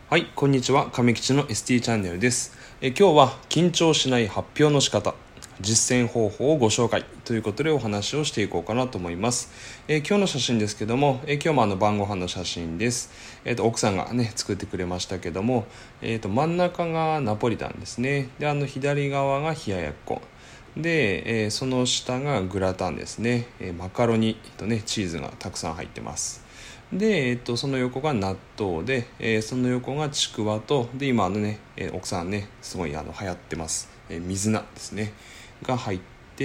はい、こんにちは。亀吉の ST チャンネルです。今日は緊張しない発表の仕方、実践方法をご紹介ということでお話をしていこうかなと思います。今日の写真ですけども、今日も晩ご飯の写真です。奥さんがね作ってくれましたけども、真ん中がナポリタンですね。で、左側が冷ややっこ。で、その下がグラタンですね。マカロニとねチーズがたくさん入ってます。で、その横が納豆で、その横がちくわと、で今ね、奥さんねすごい流行ってます、水菜ですねが入って、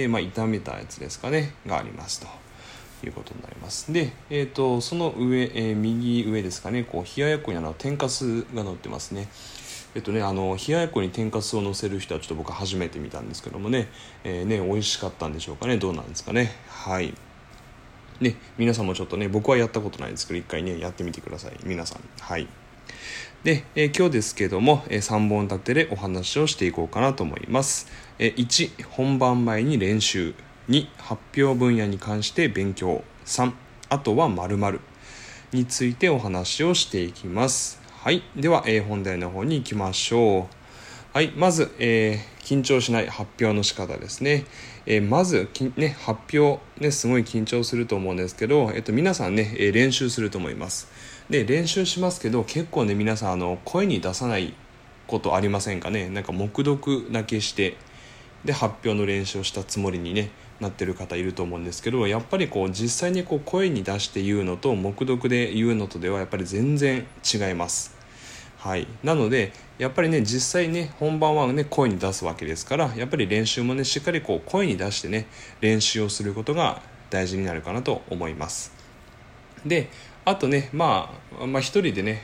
炒めたやつですかねがありますということになります。で、その上、右上ですかね、こう冷ややっこに天かすが乗ってますね。冷ややっこに天かすを乗せる人はちょっと僕初めて見たんですけどもね、美味しかったんでしょうかね。どうなんですかね。はい。ね、皆さんもちょっとね、僕はやったことないですけど一回ねやってみてください皆さん。はい。で、今日ですけども、3本立てでお話をしていこうかなと思います。1、本番前に練習。2、発表分野に関して勉強。3、あとは〇〇についてお話をしていきます。はい。では、本題の方に行きましょう。はい。まず、緊張しない発表の仕方ですね。まず発表ねすごい緊張すると思うんですけど、皆さんね、練習すると思います。で、練習しますけど結構ね皆さん声に出さないことありませんかね。なんか黙読だけしてで発表の練習をしたつもりにねなってる方いると思うんですけど、やっぱりこう実際にこう声に出して言うのと黙読で言うのとではやっぱり全然違います。はい、なのでやっぱりね実際ね本番はね声に出すわけですから、やっぱり練習もねしっかりこう声に出してね練習をすることが大事になるかなと思います。で、あとね一人でね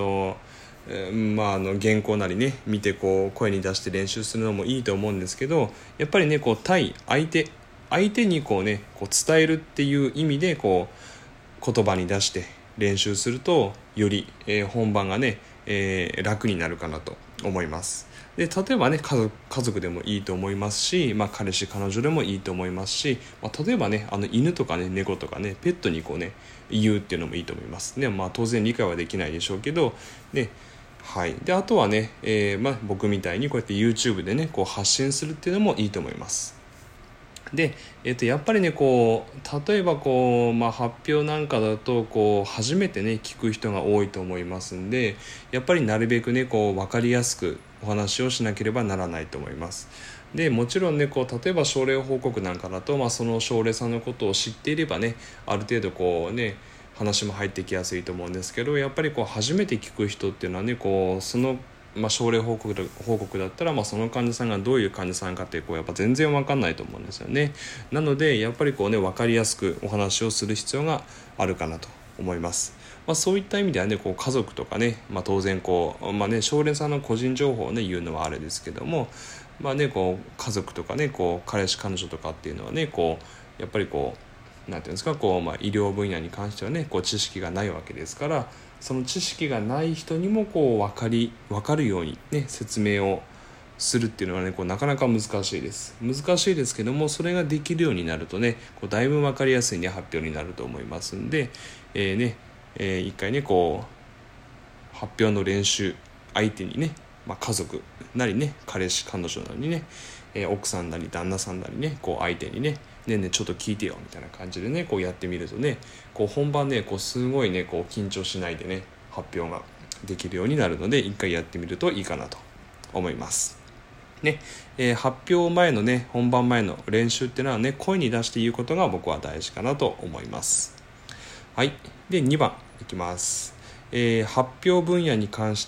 原稿なりね見てこう声に出して練習するのもいいと思うんですけど、やっぱりねこう対相手にこうねこう伝えるっていう意味でこう言葉に出して練習するとより、本番がね、楽になるかなと思います。で、例えばね家族でもいいと思いますし、彼氏彼女でもいいと思いますし、例えばね犬とかね猫とかねペットにこうね言うっていうのもいいと思いますね。当然理解はできないでしょうけどね。はい。で、あとはね、僕みたいにこうやって YouTube でねこう発信するっていうのもいいと思います。で、やっぱりねこう例えばこう、発表なんかだとこう初めてね聞く人が多いと思いますんで、やっぱりなるべくねこう分かりやすくお話をしなければならないと思います。でもちろんねこう例えば症例報告なんかだと、その症例さんのことを知っていればねある程度こうね話も入ってきやすいと思うんですけど、やっぱりこう初めて聞く人っていうのはねこうその症例報告だったら、その患者さんがどういう患者さんかってこうやっぱ全然分かんないと思うんですよね。なのでやっぱりこうね分かりやすくお話をする必要があるかなと思います。そういった意味ではねこう家族とかね、当然こう症例さんの個人情報をね言うのはあれですけども、こう家族とかねこう彼氏彼女とかっていうのはねこうやっぱりこうなんていうんですかこう、医療分野に関してはねこう知識がないわけですから、その知識がない人にもこう分かるようにね説明をするっていうのはねこうなかなか難しいですけども、それができるようになるとねこうだいぶ分かりやすい、発表になると思いますんで、一回ねこう発表の練習相手にね、家族なりね彼氏彼女なりね、奥さんなり旦那さんなりねこう相手にねねえねえちょっと聞いてよみたいな感じでねこうやってみるとねこう本番ねこうすごいねこう緊張しないでね発表ができるようになるので、一回やってみるといいかなと思いますね。発表前のね本番前の練習っていうのはね声に出して言うことが僕は大事かなと思います。はい。で2番いきます。発表分野に関して、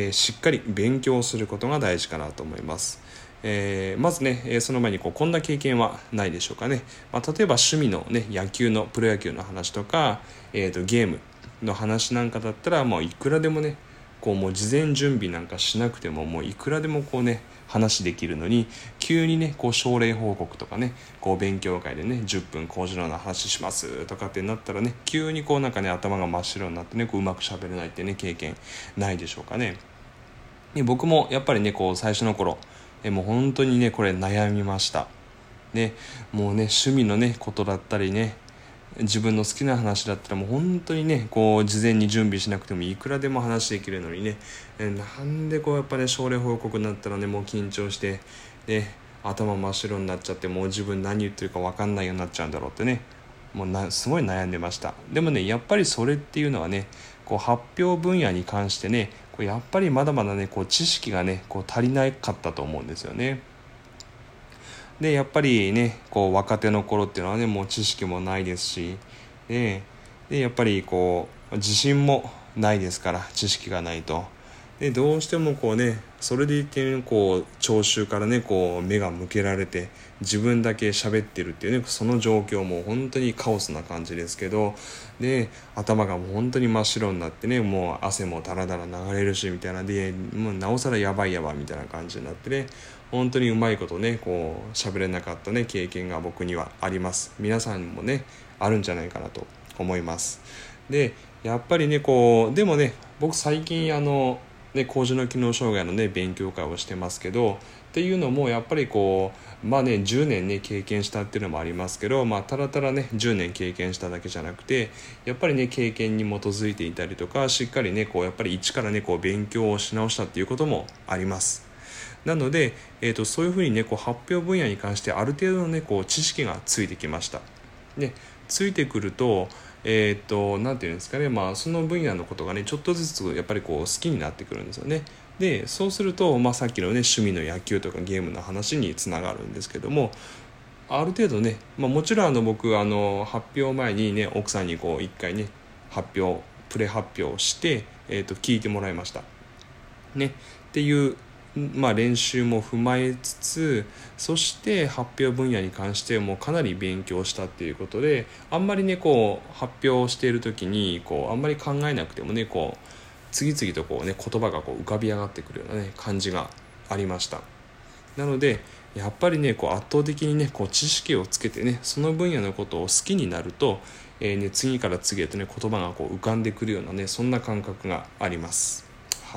しっかり勉強することが大事かなと思います。まずね、その前にこんな経験はないでしょうかね。例えば趣味のね野球のプロ野球の話とか、ゲームの話なんかだったらもういくらでもねこうもう事前準備なんかしなくてももういくらでもこうね話できるのに、急にねこう症例報告とかねこう勉強会でね10分工事の話しますとかってなったらね急にこうなんかね頭が真っ白になってねこううまく喋れないってね経験ないでしょうかね。僕もやっぱりねこう最初の頃もう本当にねこれ悩みましたね。もうね趣味のねことだったりね自分の好きな話だったらもう本当にねこう事前に準備しなくてもいくらでも話できるのにね、なんでこうやっぱね症例報告になったらねもう緊張してね頭真っ白になっちゃって、もう自分何言ってるか分かんないようになっちゃうんだろうってね、もうすごい悩んでました。でもねやっぱりそれっていうのはねこう発表分野に関してねこうやっぱりまだまだねこう知識がねこう足りなかったと思うんですよね。でやっぱりねこう若手の頃っていうのはねもう知識もないですし、でやっぱりこう自信もないですから、知識がないと。でどうしてもこうねそれでいてこう聴衆からねこう目が向けられて自分だけ喋ってるっていうね、その状況も本当にカオスな感じですけど、で頭がもう本当に真っ白になってね、もう汗もダラダラ流れるしみたいなで、もうなおさらやばいみたいな感じになってね、本当にうまいことねこう喋れなかったね経験が僕にはあります。皆さんもねあるんじゃないかなと思います。でやっぱりねこうでもね僕最近高次の機能障害のね勉強会をしてますけど、っていうのもやっぱりこう10年ね経験したっていうのもありますけど、ただただね10年経験しただけじゃなくて、やっぱりね経験に基づいていたりとか、しっかりねこうやっぱり一からねこう勉強をし直したっていうこともあります。なので、そういうふうにねこう発表分野に関してある程度のねこう知識がついてきました。でついてくるとなんていうんですかね、その分野のことがねちょっとずつやっぱりこう好きになってくるんですよね。でそうすると、さっきのね趣味の野球とかゲームの話につながるんですけども、ある程度ね、もちろん僕発表前にね奥さんにこう一回ねプレ発表をして、聞いてもらいましたねっていう練習も踏まえつつ、そして発表分野に関してもかなり勉強したっていうことで、あんまりねこう発表している時にこうあんまり考えなくてもねこう次々とこうね言葉がこう浮かび上がってくるようなね感じがありました。なのでやっぱりねこう圧倒的にねこう知識をつけてねその分野のことを好きになると、次から次へとね言葉がこう浮かんでくるようなねそんな感覚があります。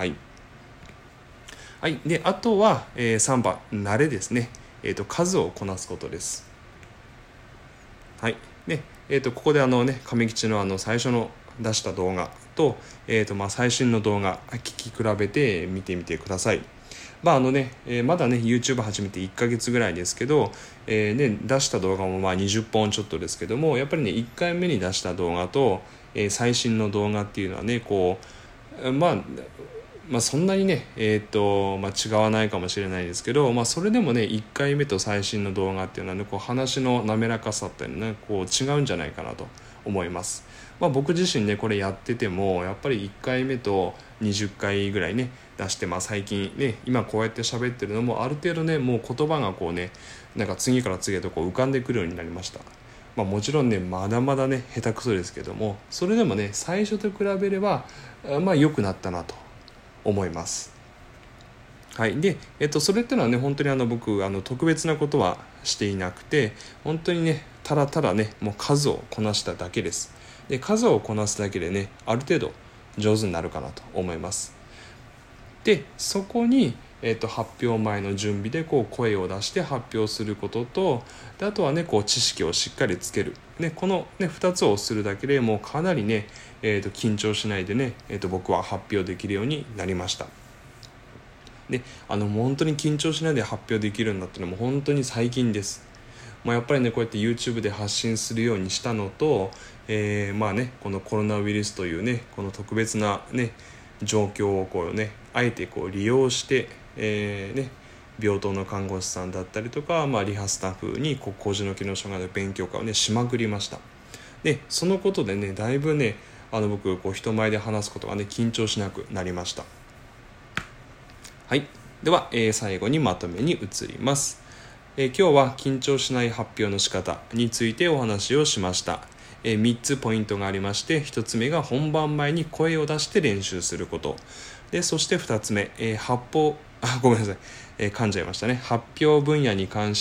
はい、であとは、3番慣れですね、数をこなすことです。はいでここで亀吉の最初の出した動画と、最新の動画聞き比べて見てみてください。まだね YouTube 始めて1ヶ月ぐらいですけど、出した動画も20本ちょっとですけども、やっぱりね1回目に出した動画と、最新の動画っていうのはねこうそんなにね、違わないかもしれないですけど、それでもね1回目と最新の動画っていうのはねこう話の滑らかさっていうのはねこう違うんじゃないかなと思います。僕自身ねこれやっててもやっぱり1回目と20回ぐらいね出して、最近ね今こうやって喋ってるのもある程度ねもう言葉がこうねなんか次から次へとこう浮かんでくるようになりました。もちろんねまだまだね下手くそですけども、それでもね最初と比べれば良くなったなと思います。はいでそれってのはね本当に僕特別なことはしていなくて、本当にねただただねもう数をこなしただけです。で数をこなすだけでねある程度上手になるかなと思います。でそこに、発表前の準備でこう声を出して発表することと、であとはねこう知識をしっかりつける、この、2つをするだけでもうかなりね、緊張しないでね、僕は発表できるようになりました。で本当に緊張しないで発表できるようになったのも本当に最近です。やっぱりねこうやって YouTube で発信するようにしたのと、このコロナウイルスというねこの特別なね状況をこうねあえてこう利用して、病棟の看護師さんだったりとか、リハスタッフに高次の機能障害の勉強会をねしまくりました。でそのことでねだいぶね僕こう人前で話すことがね緊張しなくなりました。はいでは、最後にまとめに移ります。今日は緊張しない発表の仕方についてお話をしました。3つポイントがありまして、1つ目が本番前に声を出して練習することで、そして2つ目、ごめんなさい、噛んじゃいましたね。発表分野に関して、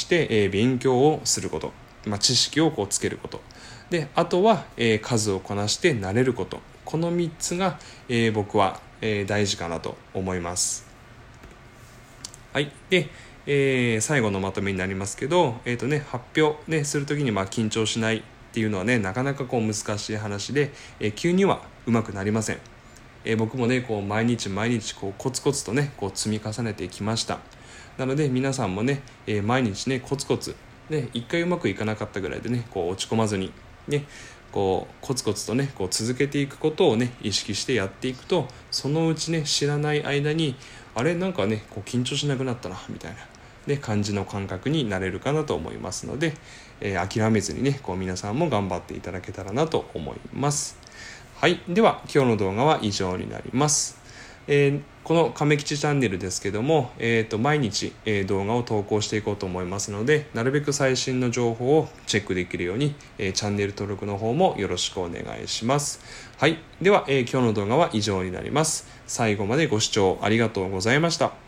勉強をすること、知識をこうつけることで、あとは、数をこなして慣れること、この3つが、僕は、大事かなと思います。はいで最後のまとめになりますけど、発表、するときに緊張しないっっていうのはねなかなかこう難しい話で、急にはうまくなりません。僕もねこう毎日毎日こうコツコツとねこう積み重ねてきました。なので皆さんもね、毎日ねコツコツね一回うまくいかなかったぐらいでねこう落ち込まずにねこうコツコツとねこう続けていくことをね意識してやっていくと、そのうちね知らない間にあれなんかねこう緊張しなくなったなみたいな、ね、感じの感覚になれるかなと思いますので、諦めずにねこう皆さんも頑張っていただけたらなと思います。はい、では今日の動画は以上になります。この亀吉チャンネルですけども、毎日、動画を投稿していこうと思いますので、なるべく最新の情報をチェックできるように、チャンネル登録の方もよろしくお願いします。はい、では、今日の動画は以上になります。最後までご視聴ありがとうございました。